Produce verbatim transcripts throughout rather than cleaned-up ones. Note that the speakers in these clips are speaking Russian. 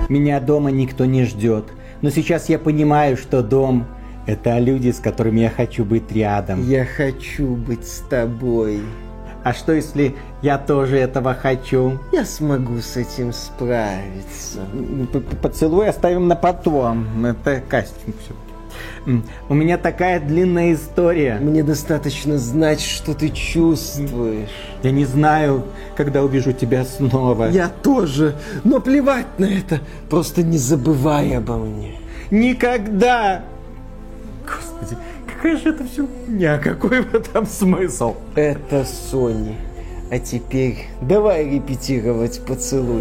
Меня дома никто не ждет. Но сейчас я понимаю, что дом – это люди, с которыми я хочу быть рядом. Я хочу быть с тобой. А что, если я тоже этого хочу? Я смогу с этим справиться. Поцелуй оставим на потом. Это кастинг все. У меня такая длинная история. Мне достаточно знать, что ты чувствуешь. Я не знаю, когда увижу тебя снова. Я тоже, но плевать на это. Просто не забывай обо мне. Никогда! Господи, какая же это все хуйня, какой в этом смысл? Это Сони. А теперь давай репетировать поцелуй.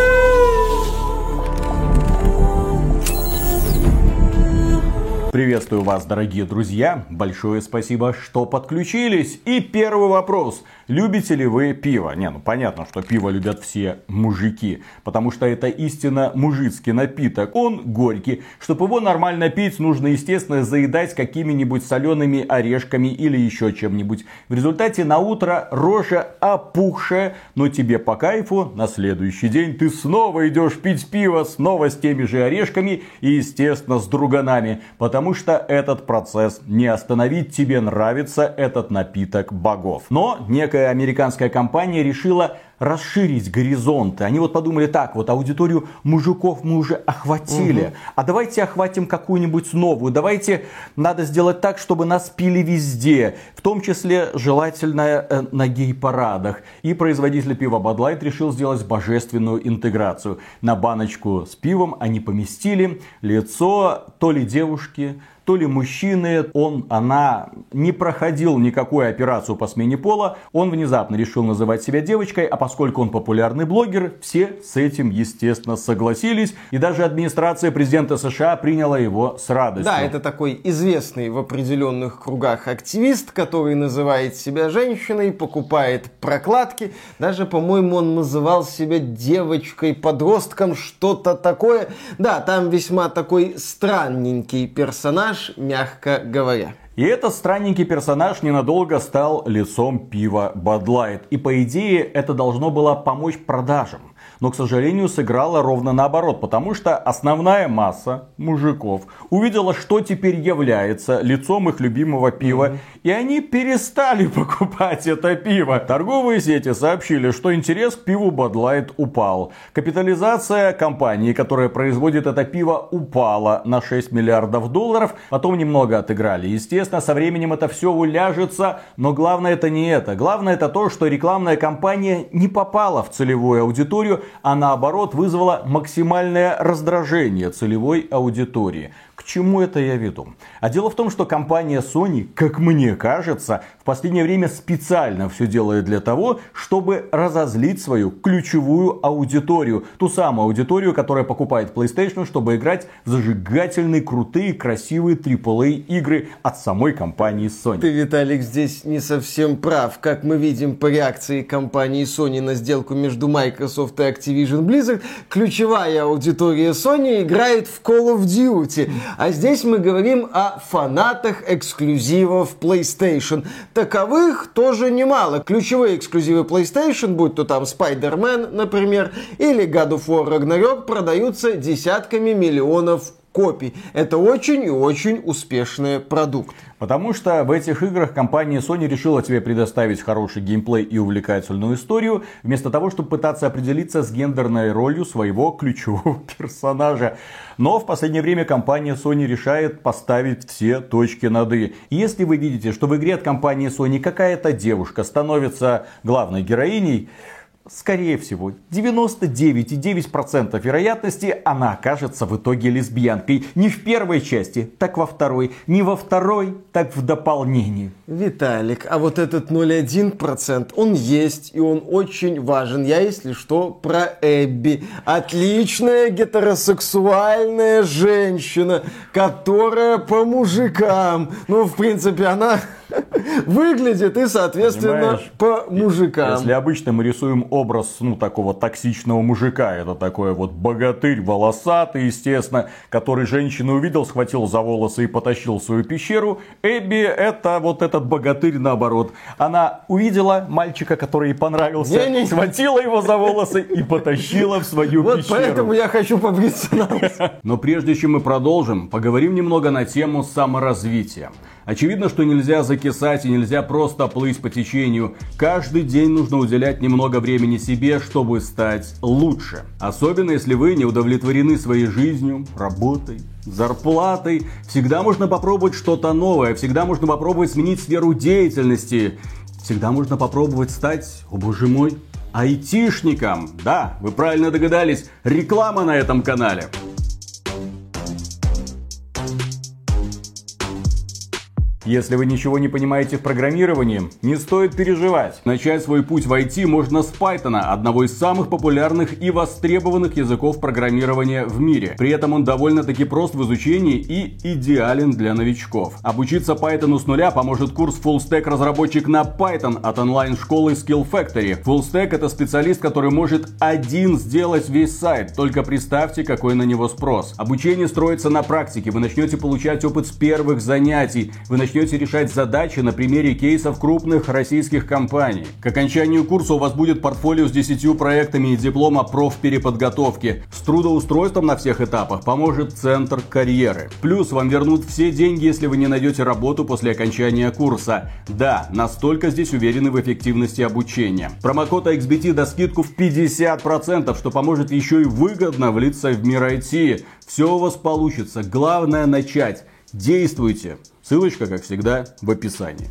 Приветствую вас, дорогие друзья. Большое спасибо, что подключились. И первый вопрос. Любите ли вы пиво? Не, ну понятно, что пиво любят все мужики. Потому что это истинно мужицкий напиток. Он горький. Чтобы его нормально пить, нужно, естественно, заедать какими-нибудь солеными орешками или еще чем-нибудь. В результате на утро рожа опухшая, но тебе по кайфу. На следующий день ты снова идешь пить пиво, снова с теми же орешками и, естественно, с друганами. Потому Потому что этот процесс не остановить, тебе нравится этот напиток богов. Но некая американская компания решила расширить горизонты. Они вот подумали так, вот аудиторию мужиков мы уже охватили, угу. а давайте охватим какую-нибудь новую. Давайте надо сделать так, чтобы нас пили везде, в том числе желательно э, на гей-парадах. И производитель пива Bud Light решил сделать божественную интеграцию. На баночку с пивом они поместили лицо то ли девушки, то ли мужчины. Он, она не проходил никакую операцию по смене пола. Он внезапно решил называть себя девочкой. А поскольку он популярный блогер, все с этим, естественно, согласились. И даже администрация президента США приняла его с радостью. Да, это такой известный в определенных кругах активист, который называет себя женщиной, покупает прокладки. Даже, по-моему, он называл себя девочкой-подростком, что-то такое. Да, там весьма такой странненький персонаж, мягко говоря. И этот странненький персонаж ненадолго стал лицом пива Bud Light. И по идее это должно было помочь продажам. Но, к сожалению, сыграло ровно наоборот. Потому что основная масса мужиков увидела, что теперь является лицом их любимого пива. Mm-hmm. И они перестали покупать это пиво. Торговые сети сообщили, что интерес к пиву Bud Light упал. Капитализация компании, которая производит это пиво, упала на шесть миллиардов долларов. Потом немного отыграли. Естественно, со временем это все уляжется. Но главное это не это. Главное это то, что рекламная кампания не попала в целевую аудиторию, а наоборот вызвала максимальное раздражение целевой аудитории. К чему это я веду? А дело в том, что компания Sony, как мне кажется, в последнее время специально все делает для того, чтобы разозлить свою ключевую аудиторию. Ту самую аудиторию, которая покупает PlayStation, чтобы играть в зажигательные, крутые, красивые трипл эй игры от самой компании Sony. Ты, Виталик, здесь не совсем прав. Как мы видим по реакции компании Sony на сделку между Microsoft и Activision Blizzard, ключевая аудитория Sony играет в Call of Duty. А здесь мы говорим о фанатах эксклюзивов PlayStation. Таковых тоже немало. Ключевые эксклюзивы PlayStation, будь то там Spider-Man, например, или God of War Ragnarok, продаются десятками миллионов копий. Это очень и очень успешный продукт. Потому что в этих играх компания Sony решила тебе предоставить хороший геймплей и увлекательную историю, вместо того, чтобы пытаться определиться с гендерной ролью своего ключевого персонажа. Но в последнее время компания Sony решает поставить все точки над «и». Если вы видите, что в игре от компании Sony какая-то девушка становится главной героиней, скорее всего, девяносто девять целых девять десятых процента вероятности она окажется в итоге лесбиянкой. Не в первой части, так во второй. Не во второй, так в дополнении. Виталик, а вот этот ноль целых один десятых процента, он есть и он очень важен. Я, если что, про Эбби. Отличная гетеросексуальная женщина, которая по мужикам. Ну, в принципе, она выглядит и, соответственно, понимаешь, по мужикам. Если обычно мы рисуем образ, ну, такого токсичного мужика. Это такой вот богатырь волосатый, естественно, который женщину увидел, схватил за волосы и потащил в свою пещеру. Эбби это вот этот богатырь наоборот. Она увидела мальчика, который ей понравился, Не-не-не. схватила его за волосы и потащила в свою вот пещеру. Поэтому я хочу побриться на лысо. Но прежде чем мы продолжим, поговорим немного на тему саморазвития. Очевидно, что нельзя закисать и нельзя просто плыть по течению. Каждый день нужно уделять немного времени себе, чтобы стать лучше. Особенно, если вы не удовлетворены своей жизнью, работой, зарплатой. Всегда можно попробовать что-то новое. Всегда можно попробовать сменить сферу деятельности. Всегда можно попробовать стать, о боже мой, айтишником. Да, вы правильно догадались, реклама на этом канале. Если вы ничего не понимаете в программировании, не стоит переживать. Начать свой путь в ай ти можно с Python, одного из самых популярных и востребованных языков программирования в мире. При этом он довольно-таки прост в изучении и идеален для новичков. Обучиться Python с нуля поможет курс Full Stack разработчик на Python от онлайн-школы Skill Factory. Full Stack это специалист, который может один сделать весь сайт. Только представьте, какой на него спрос. Обучение строится на практике. Вы начнете получать опыт с первых занятий. Вы начнете Начнете решать задачи на примере кейсов крупных российских компаний. К окончанию курса у вас будет портфолио с десятью проектами и диплом о профпереподготовке. С трудоустройством на всех этапах поможет Центр карьеры. Плюс вам вернут все деньги, если вы не найдете работу после окончания курса. Да, настолько здесь уверены в эффективности обучения. Промокод икс би ти даст скидку в пятьдесят процентов, что поможет еще и выгодно влиться в мир ай ти. Все у вас получится. Главное начать. Действуйте. Ссылочка, как всегда, в описании.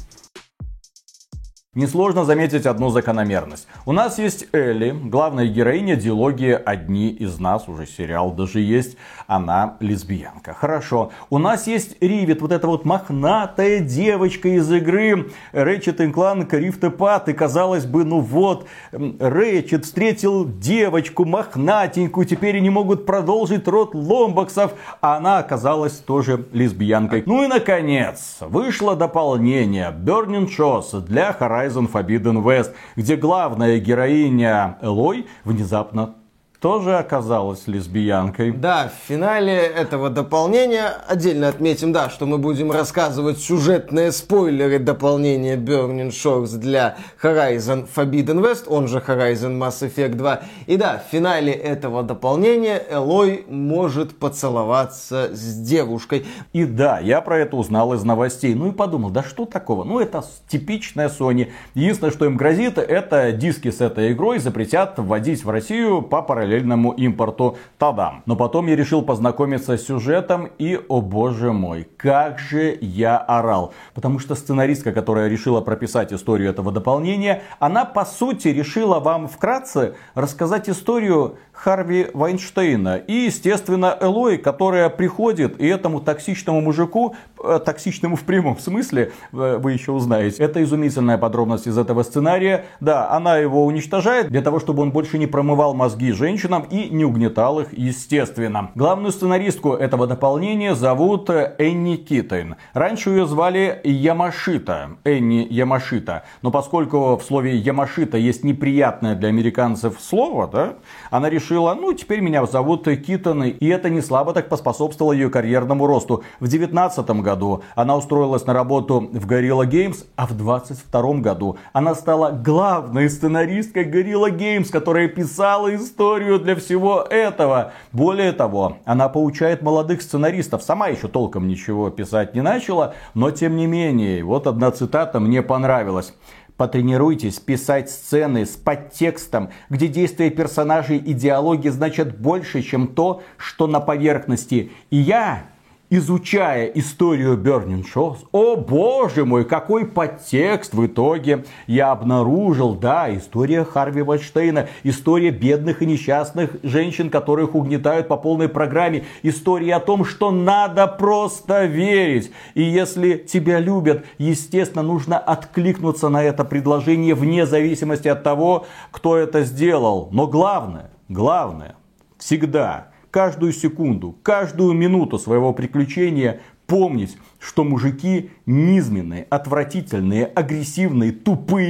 Несложно заметить одну закономерность. У нас есть Элли, главная героиня дилогии «Одни из нас», уже сериал даже есть, она лесбиянка. Хорошо. У нас есть Ривет, вот эта вот мохнатая девочка из игры Ratchet энд Clank Rift Apart. И казалось бы, ну вот, Ratchet встретил девочку мохнатенькую, теперь они могут продолжить род ломбоксов, а она оказалась тоже лесбиянкой. Ну и наконец, вышло дополнение Burning Shores для Horizon Forbidden West, где главная героиня Элой внезапно тоже оказалась лесбиянкой. Да, в финале этого дополнения отдельно отметим, да, что мы будем рассказывать сюжетные спойлеры дополнения Burning Shores для Horizon Forbidden West, он же Horizon Mass Effect два. И да, в финале этого дополнения Элой может поцеловаться с девушкой. И да, я про это узнал из новостей. Ну и подумал, да что такого? Ну это типичная Sony. Единственное, что им грозит, это диски с этой игрой запретят вводить в Россию по параллельному импорту. Тадам. Но потом я решил познакомиться с сюжетом и, о боже мой, как же я орал. Потому что сценаристка, которая решила прописать историю этого дополнения, она по сути решила вам вкратце рассказать историю Харви Вайнштейна. И, естественно, Элой, которая приходит и этому токсичному мужику, э, токсичному в прямом смысле, э, вы еще узнаете. Это изумительная подробность из этого сценария. Да, она его уничтожает для того, чтобы он больше не промывал мозги женщинам и не угнетал их, естественно. Главную сценаристку этого дополнения зовут Энни Китейн. Раньше ее звали Ямашита. Энни Ямашита. Но поскольку в слове Ямашита есть неприятное для американцев слово, да, она решила, ну, теперь меня зовут Китон, и это не слабо так поспособствовало ее карьерному росту. В девятнадцатом году она устроилась на работу в Guerrilla Games, а в двадцать втором году она стала главной сценаристкой Guerrilla Games, которая писала историю для всего этого. Более того, она поучает молодых сценаристов. Сама еще толком ничего писать не начала, но тем не менее, вот одна цитата мне понравилась. Потренируйтесь писать сцены с подтекстом, где действия персонажей и диалоги значат больше, чем то, что на поверхности. И я, изучая историю Burning Shores, о боже мой, какой подтекст в итоге я обнаружил. Да, история Харви Вайнштейна, история бедных и несчастных женщин, которых угнетают по полной программе, история о том, что надо просто верить. И если тебя любят, естественно, нужно откликнуться на это предложение вне зависимости от того, кто это сделал. Но главное, главное, всегда, каждую секунду, каждую минуту своего приключения помнить, что мужики низменные, отвратительные, агрессивные, тупые,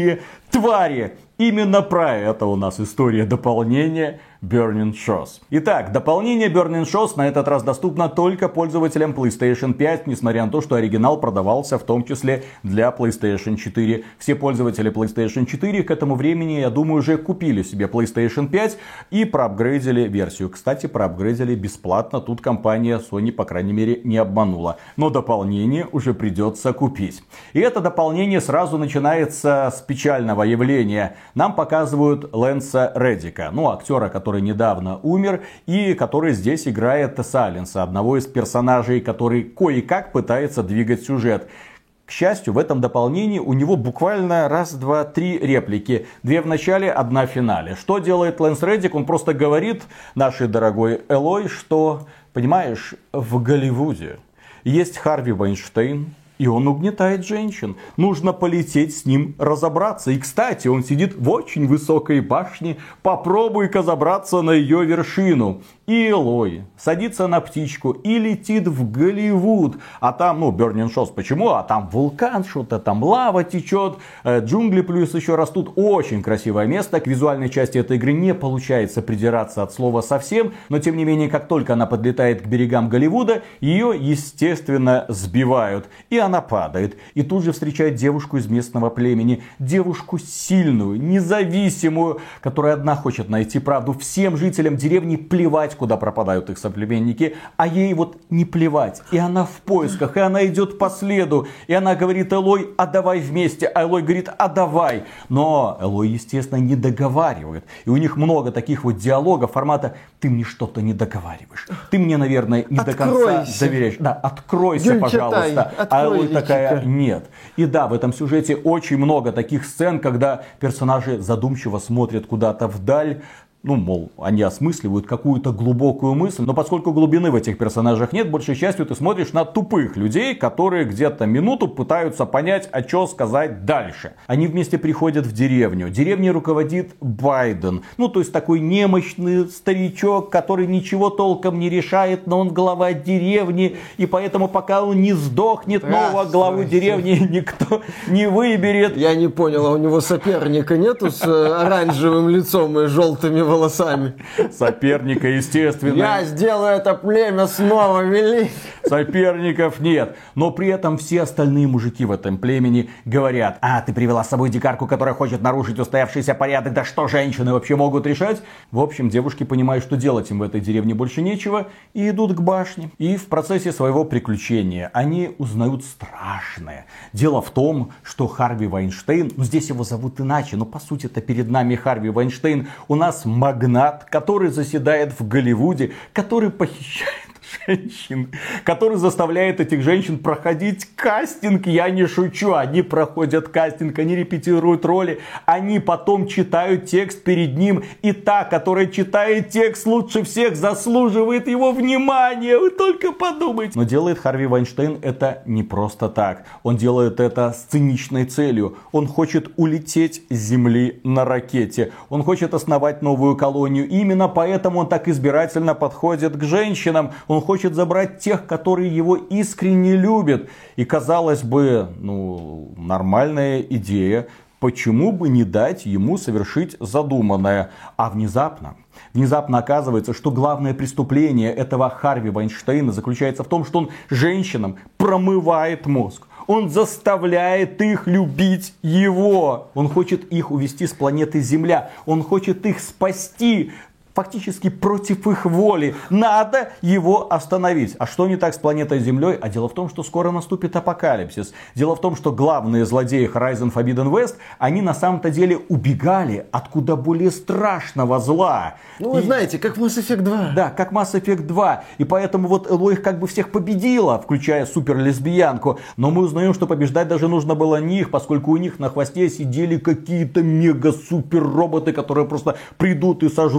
твари. Именно про это у нас история дополнения Burning Shores. Итак, дополнение Burning Shores на этот раз доступно только пользователям PlayStation пять, несмотря на то, что оригинал продавался в том числе для PlayStation четыре. Все пользователи PlayStation четыре к этому времени, я думаю, уже купили себе PlayStation пять и проапгрейдили версию. Кстати, проапгрейдили бесплатно, тут компания Sony, по крайней мере, не обманула. Но дополнение уже придется купить. И это дополнение сразу начинается с печального явления. Нам показывают Лэнса Реддика, ну, актера, который недавно умер и который здесь играет Сайленса, одного из персонажей, который кое-как пытается двигать сюжет. К счастью, в этом дополнении у него буквально раз, два, три реплики. Две в начале, одна в финале. Что делает Лэнс Реддик? Он просто говорит нашей дорогой Элой, что, понимаешь, в Голливуде есть Харви Вайнштейн, и он угнетает женщин. Нужно полететь с ним разобраться. И, кстати, он сидит в очень высокой башне. Попробуй-ка забраться на ее вершину. И Элой садится на птичку и летит в Голливуд. А там, ну, Burning Shores, почему? А там вулкан, что-то там лава течет, джунгли плюс еще растут. Очень красивое место. К визуальной части этой игры не получается придираться от слова совсем. Но, тем не менее, как только она подлетает к берегам Голливуда, ее, естественно, сбивают. И она падает. И тут же встречает девушку из местного племени. Девушку сильную, независимую, которая одна хочет найти правду. Всем жителям деревни плевать, куда пропадают их соплеменники, а ей вот не плевать. И она в поисках, и она идет по следу. И она говорит Элой, а давай вместе. А Элой говорит, а давай. Но Элой, естественно, не договаривает. И у них много таких вот диалогов формата ты мне что-то не договариваешь. Ты мне, наверное, не Откройся. до конца доверяешь. Да, откройся, Юль, пожалуйста. читай. А Элой Личика. такая, нет. И да, в этом сюжете очень много таких сцен, когда персонажи задумчиво смотрят куда-то вдаль. Ну, мол, они осмысливают какую-то глубокую мысль. Но поскольку глубины в этих персонажах нет, большей частью ты смотришь на тупых людей, которые где-то минуту пытаются понять, а что сказать дальше. Они вместе приходят в деревню. Деревней руководит Байден. Ну, то есть такой немощный старичок, который ничего толком не решает, но он глава деревни. И поэтому пока он не сдохнет, нового главу деревни никто не выберет. Я не понял, а у него соперника нету с э, оранжевым лицом и желтыми волосами? Соперника, естественно. Я сделаю это племя снова великим. Соперников нет. Но при этом все остальные мужики в этом племени говорят, а, ты привела с собой дикарку, которая хочет нарушить устоявшийся порядок. Да что женщины вообще могут решать? В общем, девушки понимают, что делать им в этой деревне больше нечего, и идут к башне. И в процессе своего приключения они узнают страшное. Дело в том, что Харви Вайнштейн, ну здесь его зовут иначе, но по сути это перед нами Харви Вайнштейн, у нас магнат, который заседает в Голливуде, который похищает женщин, который заставляет этих женщин проходить кастинг. Я не шучу, они проходят кастинг, они репетируют роли, они потом читают текст перед ним, и та, которая читает текст лучше всех, заслуживает его внимания. Вы только подумайте. Но делает Харви Вайнштейн это не просто так. Он делает это с циничной целью. Он хочет улететь с Земли на ракете. Он хочет основать новую колонию. И именно поэтому он так избирательно подходит к женщинам. Он хочет забрать тех, которые его искренне любят. И казалось бы, ну, нормальная идея. Почему бы не дать ему совершить задуманное? А внезапно, внезапно оказывается, что главное преступление этого Харви Вайнштейна заключается в том, что он женщинам промывает мозг. Он заставляет их любить его. Он хочет их увести с планеты Земля. Он хочет их спасти. Фактически против их воли. Надо его остановить. А что не так с планетой Землей? А дело в том, что скоро наступит апокалипсис. Дело в том, что главные злодеи Horizon Forbidden West, они на самом-то деле убегали от куда более страшного зла. Ну, вы И... знаете, как в Mass Effect два. Да, как Mass Effect два. И поэтому вот Элой их как бы всех победила, включая супер-лесбиянку. Но мы узнаем, что побеждать даже нужно было не их, поскольку у них на хвосте сидели какие-то мега-супер-роботы, которые просто придут и сожрут всю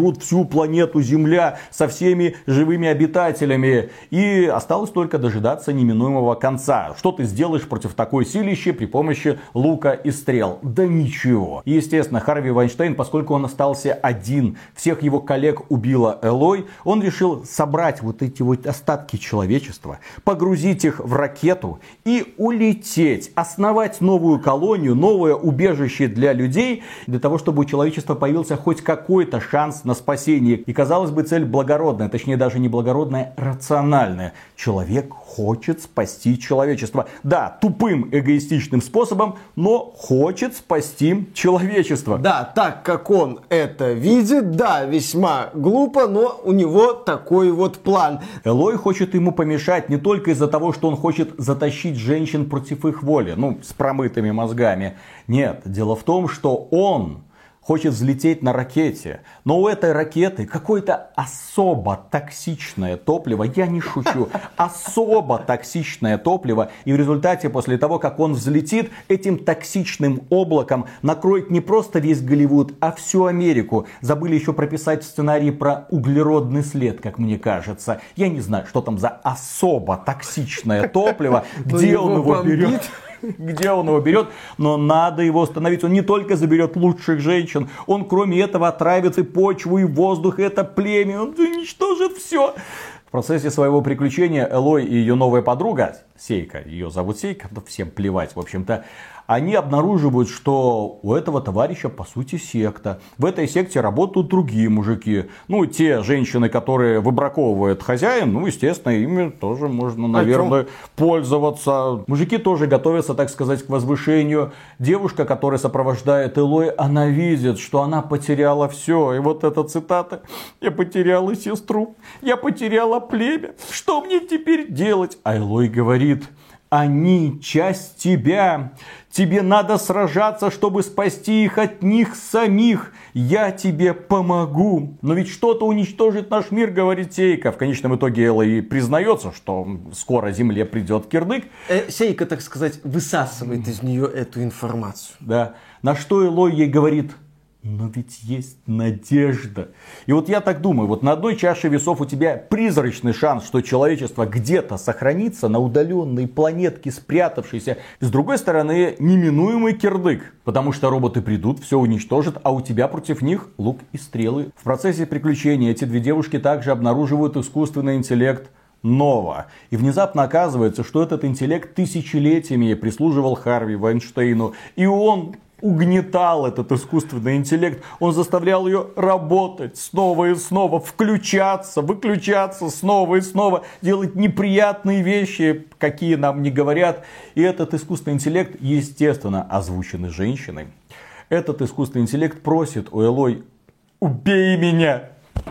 планету Земля со всеми живыми обитателями. И осталось только дожидаться неминуемого конца. Что ты сделаешь против такой силищи при помощи лука и стрел? Да ничего. И, естественно, Харви Вайнштейн, поскольку он остался один, всех его коллег убила Элой, он решил собрать вот эти вот остатки человечества, погрузить их в ракету и улететь, основать новую колонию, новое убежище для людей, для того, чтобы у человечества появился хоть какой-то шанс на спасение. И, казалось бы, цель благородная, точнее даже не благородная, рациональная. Человек хочет спасти человечество. Да, тупым, эгоистичным способом, но хочет спасти человечество. Да, так как он это видит, да, весьма глупо, но у него такой вот план. Элой хочет ему помешать не только из-за того, что он хочет затащить женщин против их воли, ну, с промытыми мозгами. Нет, дело в том, что он хочет взлететь на ракете. Но у этой ракеты какое-то особо токсичное топливо. Я не шучу. Особо токсичное топливо. И в результате, после того, как он взлетит, этим токсичным облаком накроет не просто весь Голливуд, а всю Америку. Забыли еще прописать в сценарии про углеродный след, как мне кажется. Я не знаю, что там за особо токсичное топливо. Где он его берет? Где он его берет, но надо его остановить. Он не только заберет лучших женщин, он кроме этого отравит и почву, и воздух, и это племя, он уничтожит все. В процессе своего приключения Элой и ее новая подруга, Сейка, ее зовут Сейка, да всем плевать, в общем-то, они обнаруживают, что у этого товарища по сути секта. В этой секте работают другие мужики. Ну, те женщины, которые выбраковывает хозяин, ну, естественно, ими тоже можно, наверное, пользоваться. Мужики тоже готовятся, так сказать, к возвышению. Девушка, которая сопровождает Элой, она видит, что она потеряла все. И вот эта цитата: «Я потеряла сестру, я потеряла племя. Что мне теперь делать?» А Элой говорит: «Они часть тебя. Тебе надо сражаться, чтобы спасти их от них самих. Я тебе помогу». Но ведь что-то уничтожит наш мир, говорит Сейка. В конечном итоге Элой признается, что скоро Земле придет кирдык. Э, Сейка, так сказать, высасывает из нее эту информацию. Да. На что Элой ей говорит: «Но ведь есть надежда». И вот я так думаю, вот на одной чаше весов у тебя призрачный шанс, что человечество где-то сохранится на удаленной планетке, спрятавшейся. С другой стороны, неминуемый кирдык, потому что роботы придут, все уничтожат, а у тебя против них лук и стрелы. В процессе приключений эти две девушки также обнаруживают искусственный интеллект Нова. И внезапно оказывается, что этот интеллект тысячелетиями прислуживал Харви Вайнштейну. И он угнетал этот искусственный интеллект. Он заставлял ее работать снова и снова, включаться, выключаться снова и снова, делать неприятные вещи, какие нам не говорят. И этот искусственный интеллект, естественно, озвученный женщиной. Этот искусственный интеллект просит у Элой: «Убей меня!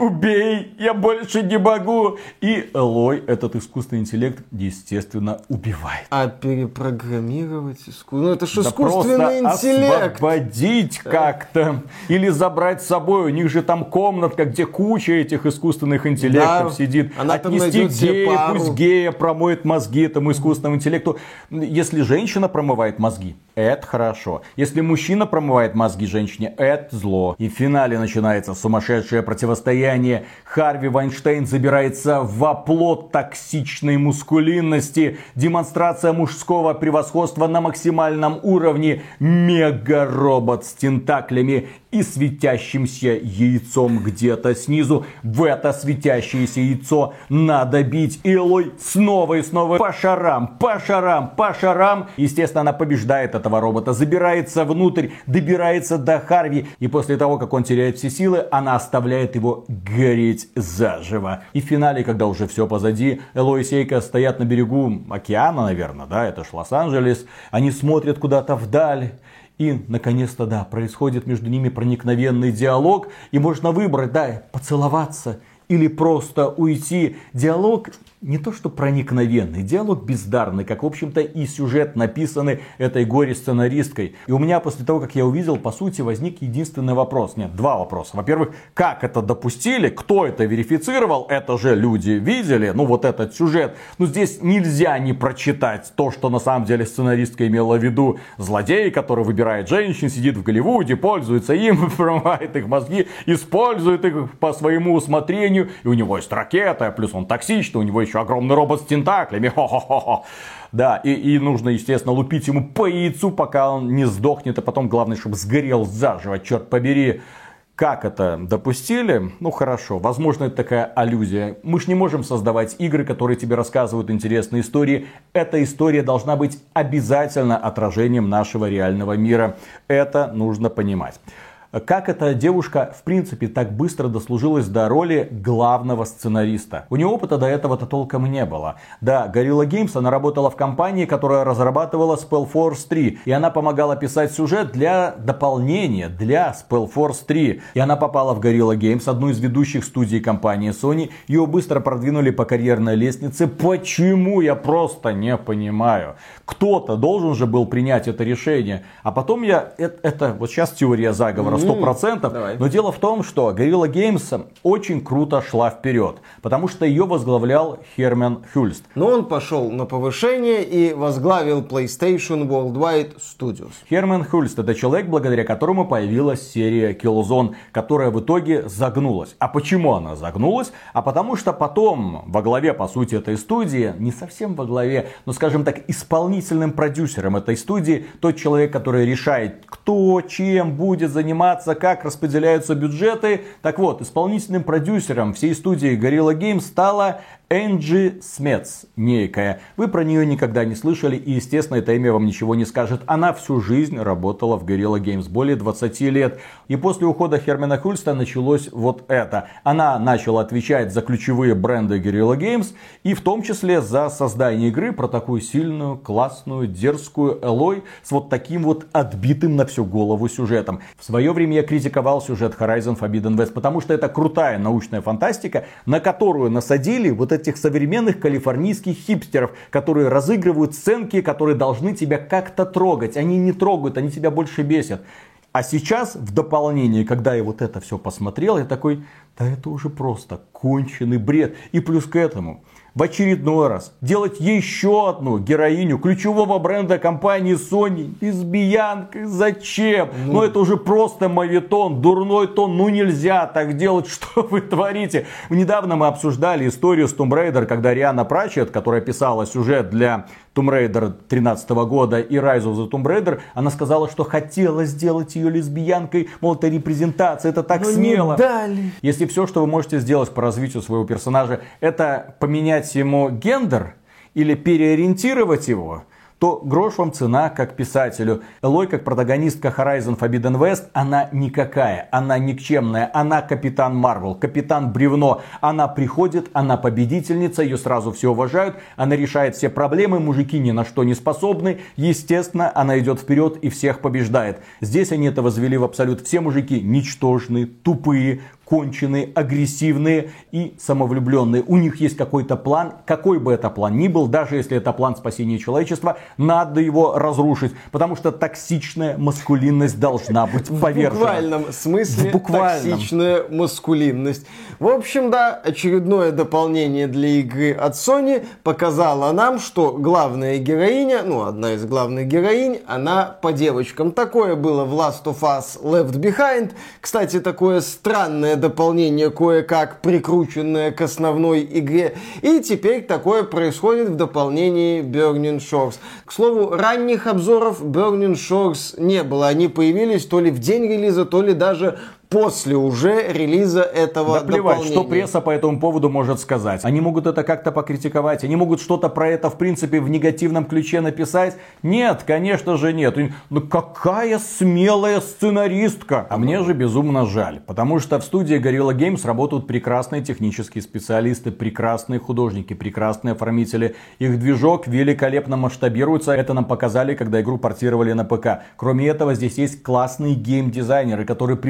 Убей! Я больше не могу!» И Элой этот искусственный интеллект, естественно, убивает. А перепрограммировать искусственный... Ну это же Да искусственный интеллект! Освободить как-то. Или забрать с собой. У них же там комнатка, где куча этих искусственных интеллектов, да, сидит. Она Отнести гея, пусть гея промоет мозги этому искусственному интеллекту. Если женщина промывает мозги, это хорошо. Если мужчина промывает мозги женщине, это зло. И в финале начинается сумасшедшее противостояние. Харви Вайнштейн забирается в оплот токсичной мускулинности. Демонстрация мужского превосходства на максимальном уровне. Мега-робот с тентаклями и светящимся яйцом где-то снизу. В это светящееся яйцо надо бить. И Элой снова и снова по шарам, по шарам, по шарам. Естественно, она побеждает этого робота, забирается внутрь, добирается до Харви. И после того, как он теряет все силы, она оставляет его гореть заживо. И в финале, когда уже все позади, Элой и Сейка стоят на берегу океана, наверное, да, это ж Лос-Анджелес. Они смотрят куда-то вдаль. И, наконец-то, да, происходит между ними проникновенный диалог. И можно выбрать, да, поцеловаться или просто уйти. Диалог не то что проникновенный, диалог бездарный, как, в общем-то, и сюжет написанный этой горе-сценаристкой. И у меня после того, как я увидел, по сути, возник единственный вопрос. Нет, два вопроса. Во-первых, как это допустили? Кто это верифицировал? Это же люди видели. Ну, вот этот сюжет. Ну, здесь нельзя не прочитать то, что на самом деле сценаристка имела в виду. Злодей, который выбирает женщин, сидит в Голливуде, пользуется им, промывает их мозги, использует их по своему усмотрению. И у него есть ракета, плюс он токсичный, у него еще огромный робот с тентаклями. Хо-хо-хо-хо. Да, и, и нужно, естественно, лупить ему по яйцу, пока он не сдохнет. И потом, главное, чтобы сгорел заживо, черт побери. Как это допустили? Ну хорошо, возможно, это такая аллюзия. Мы ж не можем создавать игры, которые тебе рассказывают интересные истории. Эта история должна быть обязательно отражением нашего реального мира. Это нужно понимать. Как эта девушка, в принципе, так быстро дослужилась до роли главного сценариста? У нее опыта до этого-то толком не было. Да, Guerrilla Games, она работала в компании, которая разрабатывала Spellforce три. И она помогала писать сюжет для дополнения, для Spellforce три. И она попала в Guerrilla Games, одну из ведущих студий компании Sony. Ее быстро продвинули по карьерной лестнице. Почему? Я просто не понимаю. Кто-то должен же был принять это решение. А потом я... Это, это вот сейчас теория заговора. сто процентов. Mm, но дело в том, что Guerrilla Games очень круто шла вперед. Потому что ее возглавлял Херман Хюльст. Но он пошел на повышение и возглавил PlayStation Worldwide Studios. Херман Хюльст — это человек, благодаря которому появилась серия Killzone, которая в итоге загнулась. А почему она загнулась? А потому что потом во главе, по сути, этой студии, не совсем во главе, но, скажем так, исполнительным продюсером этой студии, тот человек, который решает, кто чем будет заниматься, как распределяются бюджеты. Так вот, исполнительным продюсером всей студии Guerrilla Games стала Энджи Смец некая. Вы про нее никогда не слышали, и, естественно, это имя вам ничего не скажет. Она всю жизнь работала в Guerrilla Games, более двадцати лет. И после ухода Хермана Хюльста началось вот это. Она начала отвечать за ключевые бренды Guerrilla Games, и в том числе за создание игры про такую сильную, классную, дерзкую Элой с вот таким вот отбитым на всю голову сюжетом. В свое время я критиковал сюжет Horizon Forbidden West, потому что это крутая научная фантастика, на которую насадили вот эти этих современных калифорнийских хипстеров, которые разыгрывают сценки, которые должны тебя как-то трогать. Они не трогают, они тебя больше бесят. А сейчас, в дополнение, когда я вот это все посмотрел, я такой, да это уже просто конченый бред. И плюс к этому, в очередной раз делать еще одну героиню ключевого бренда компании Sony лесбиянкой. Зачем? Ну, ну это уже просто моветон, дурной тон. Ну нельзя так делать, что вы творите. Недавно мы обсуждали историю с Tomb Raider, когда Риана Пратчетт, которая писала сюжет для Tomb Raider тринадцатого года и Rise of the Tomb Raider, она сказала, что хотела сделать ее лесбиянкой. Мол, это репрезентация, это так Но смело. Не дали. Если все, что вы можете сделать по развитию своего персонажа, это поменять ему гендер или переориентировать его, то грош вам цена как писателю. Элой, как протагонистка Horizon Forbidden West, она никакая, она никчемная, она Капитан Марвел, Капитан Бревно. Она приходит, она победительница, ее сразу все уважают, она решает все проблемы, мужики ни на что не способны. Естественно, она идет вперед и всех побеждает. Здесь они это возвели в абсолют. Все мужики ничтожные, тупые, конченые, агрессивные и самовлюбленные. У них есть какой-то план, какой бы это план ни был, даже если это план спасения человечества, надо его разрушить, потому что токсичная маскулинность должна быть повержена. В буквальном смысле в буквальном. Токсичная маскулинность. В общем, да, очередное дополнение для игры от Sony показало нам, что главная героиня, ну, одна из главных героинь, она по девочкам. Такое было в Last of Us Left Behind. Кстати, такое странное дополнение, кое-как прикрученное к основной игре. И теперь такое происходит в дополнении Burning Shores. К слову, ранних обзоров Burning Shores не было. Они появились то ли в день релиза, то ли даже после уже релиза этого да плевать, дополнения. что пресса по этому поводу может сказать. Они могут это как-то покритиковать, они могут что-то про это в принципе в негативном ключе написать. Нет, конечно же нет. Ну какая смелая сценаристка. А мне же безумно жаль, потому что в студии Guerrilla Games работают прекрасные технические специалисты, прекрасные художники, прекрасные оформители. Их движок великолепно масштабируется. Это нам показали, когда игру портировали на ПК. Кроме этого, здесь есть классные геймдизайнеры, которые придумывают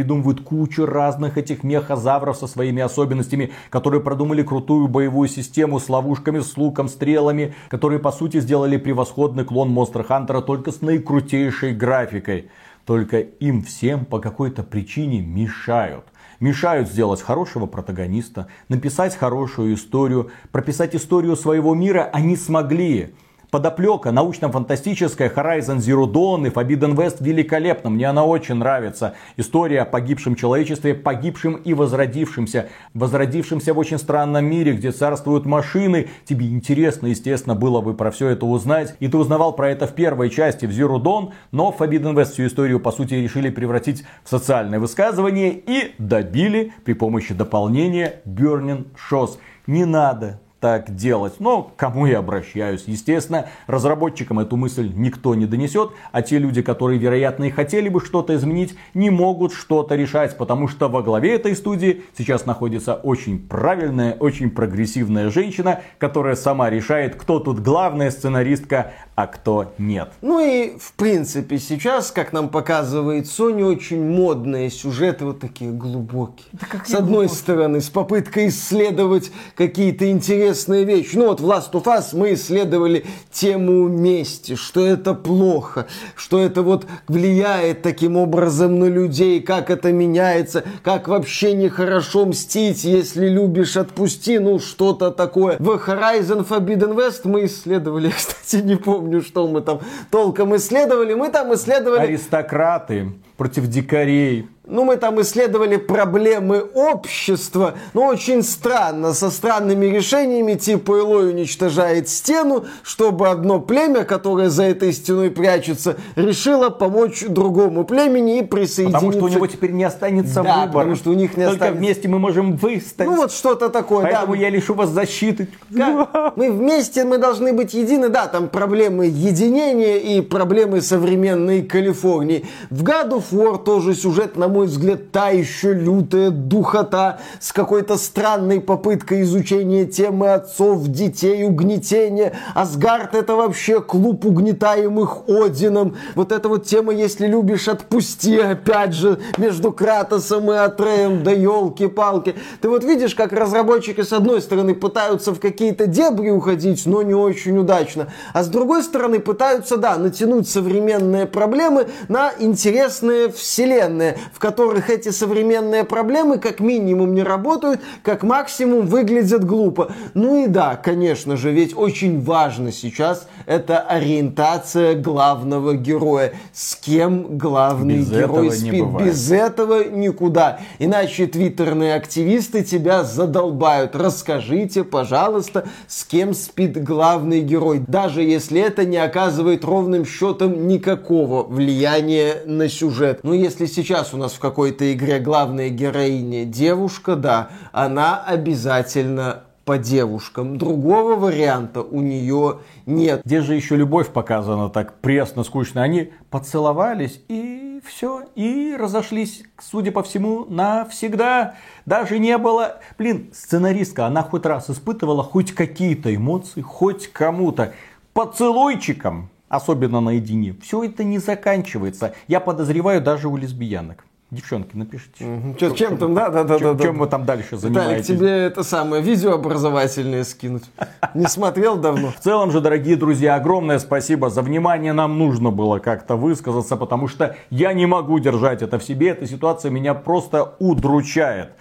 кучу разных этих мехозавров со своими особенностями, которые продумали крутую боевую систему с ловушками, с луком, стрелами, которые по сути сделали превосходный клон Monster Hunter только с наикрутейшей графикой. Только им всем по какой-то причине мешают. Мешают сделать хорошего протагониста, написать хорошую историю, прописать историю своего мира они смогли. Подоплека научно-фантастическая Horizon Zero Dawn и Forbidden West великолепна. Мне она очень нравится. История о погибшем человечестве, погибшем и возродившемся. Возродившемся в очень странном мире, где царствуют машины. Тебе интересно, естественно, было бы про все это узнать. И ты узнавал про это в первой части, в Zero Dawn. Но в Forbidden West всю историю, по сути, решили превратить в социальное высказывание. И добили при помощи дополнения Burning Shores. Не надо так делать. Но к кому я обращаюсь? Естественно, разработчикам эту мысль никто не донесет, а те люди, которые, вероятно, и хотели бы что-то изменить, не могут что-то решать, потому что во главе этой студии сейчас находится очень правильная, очень прогрессивная женщина, которая сама решает, кто тут главная сценаристка, а кто нет. Ну и, в принципе, сейчас, как нам показывает Sony, очень модные сюжеты, вот такие глубокие. Да с одной глубокие? стороны, с попыткой исследовать какие-то интересные вещи. Ну вот в Last of Us мы исследовали тему мести, что это плохо, что это вот влияет таким образом на людей, как это меняется, как вообще нехорошо мстить, если любишь, отпусти, ну что-то такое. В Horizon Forbidden West мы исследовали, кстати, не помню, что мы там толком исследовали, мы там исследовали... Аристократы против дикарей. Ну, мы там исследовали проблемы общества, но очень странно, со странными решениями, типа Элой уничтожает стену, чтобы одно племя, которое за этой стеной прячется, решило помочь другому племени и присоединиться. Потому что у него теперь не останется да, выбора. потому что у них не Только останется... вместе мы можем выстоять. Ну, вот что-то такое, Поэтому да. я лишу вас защиты. Да. Мы вместе, мы должны быть едины. Да, там проблемы единения и проблемы современной Калифорнии. В God of War тоже сюжет, на мой взгляд, та еще лютая духота с какой-то странной попыткой изучения темы отцов, детей, угнетения. Асгард — это вообще клуб угнетаемых Одином. Вот эта вот тема «если любишь, отпусти», опять же, между Кратосом и Атреем, да елки-палки. Ты вот видишь, как разработчики с одной стороны пытаются в какие-то дебри уходить, но не очень удачно. А с другой стороны пытаются, да, натянуть современные проблемы на интересные вселенные, в которых эти современные проблемы как минимум не работают, как максимум выглядят глупо. Ну и да, конечно же, ведь очень важно сейчас это ориентация главного героя. С кем главный Без герой этого не спит. бывает. Без этого никуда. Иначе твиттерные активисты тебя задолбают. Расскажите, пожалуйста, с кем спит главный герой. Даже если это не оказывает ровным счетом никакого влияния на сюжет. Но если сейчас у нас в какой-то игре главная героиня девушка, да, она обязательно по девушкам. Другого варианта у нее нет. Где же еще любовь показана так пресно, скучно? Они поцеловались и все, и разошлись, судя по всему, навсегда. Даже не было... Блин, сценаристка, она хоть раз испытывала хоть какие-то эмоции, хоть кому-то. Поцелуйчиком, особенно наедине, все это не заканчивается. Я подозреваю даже у лесбиянок. Девчонки, напишите. Угу. Чем, чем там, да, да, да, чем, да. Чем вы там дальше занимаетесь? Виталик, тебе это самое видео образовательное скинуть. Не смотрел давно. В целом же, дорогие друзья, огромное спасибо за внимание. Нам нужно было как-то высказаться, потому что я не могу держать это в себе. Эта ситуация меня просто удручает.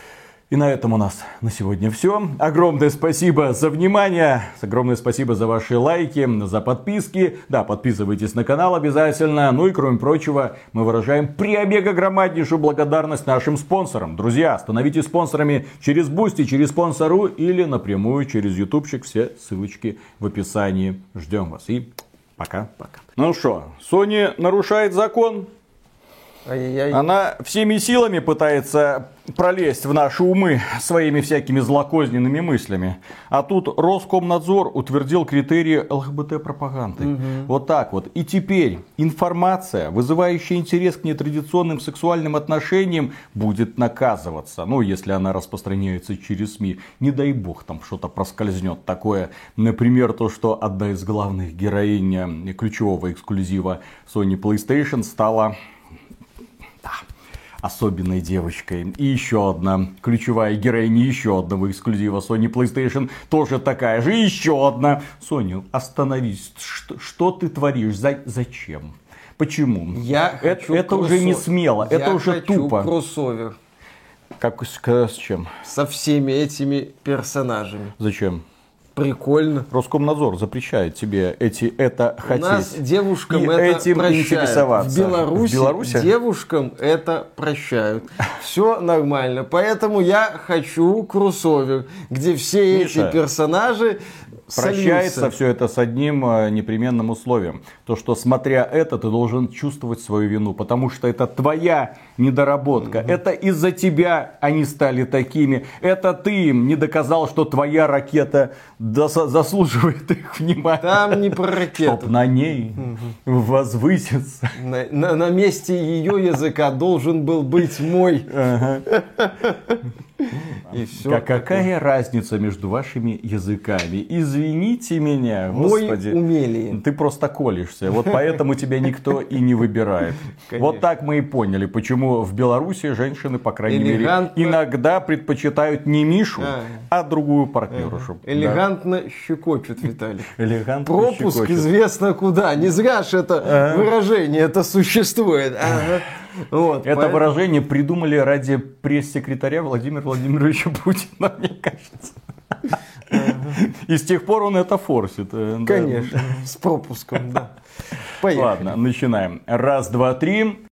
И на этом у нас на сегодня все. Огромное спасибо за внимание. Огромное спасибо за ваши лайки, за подписки. Да, подписывайтесь на канал обязательно. Ну и кроме прочего, мы выражаем преомега-громаднейшую благодарность нашим спонсорам. Друзья, становитесь спонсорами через Boosty, через Спонсору или напрямую через ютубчик. Все ссылочки в описании. Ждем вас и пока-пока. Ну что, Sony нарушает закон. Ай-яй-яй. Она всеми силами пытается пролезть в наши умы своими всякими злокозненными мыслями. А тут Роскомнадзор утвердил критерии ЛГБТ-пропаганды. Угу. Вот так вот. И теперь информация, вызывающая интерес к нетрадиционным сексуальным отношениям, будет наказываться. Ну, если она распространяется через СМИ. Не дай бог там что-то проскользнет такое. Например, то, что одна из главных героинь ключевого эксклюзива Sony PlayStation стала... Да. особенной девочкой. И еще одна ключевая героиня еще одного эксклюзива Sony PlayStation тоже такая же. И еще одна. Соня, остановись. Что, что ты творишь? За, зачем? Почему? Я это хочу это уже не смело, Я это уже хочу тупо. Кроссовер. Как с, с чем? Со всеми этими персонажами. Зачем? Прикольно. Роскомнадзор запрещает тебе эти, это У хотеть. нас девушкам и это этим прощают. интересоваться. В Беларуси, В Беларуси девушкам это прощают. Все нормально. Поэтому я хочу кроссовер, где все Миша, эти персонажи прощается сольются. все это с одним э, непременным условием. То, что смотря это, ты должен чувствовать свою вину. Потому что это твоя недоработка. Mm-hmm. Это из-за тебя они стали такими. Это ты им не доказал, что твоя ракета дос- заслуживает их внимания. Там не про ракету. Чтоб на ней mm-hmm. возвыситься. На, на, на месте ее языка должен был быть мой. И все. А какая разница между вашими языками? Извините меня, Мой господи. умелее. Ты просто колешься. Вот поэтому тебя никто и не выбирает. Конечно. Вот так мы и поняли, почему в Беларуси женщины, по крайней Элегантно. мере, иногда предпочитают не Мишу, А. а другую партнершу. Элегантно щекочут, Виталий. Да. Элегантно Пропуск щекочут. известно куда. Не зря же это выражение это существует. Ага. Вот, Это поэтому- выражение придумали ради пресс-секретаря Владимира Владимировича Путина, мне кажется. И с тех пор он это форсит. э, да. Конечно, с пропуском, да. Поехали. Ладно, начинаем. Раз, два, три.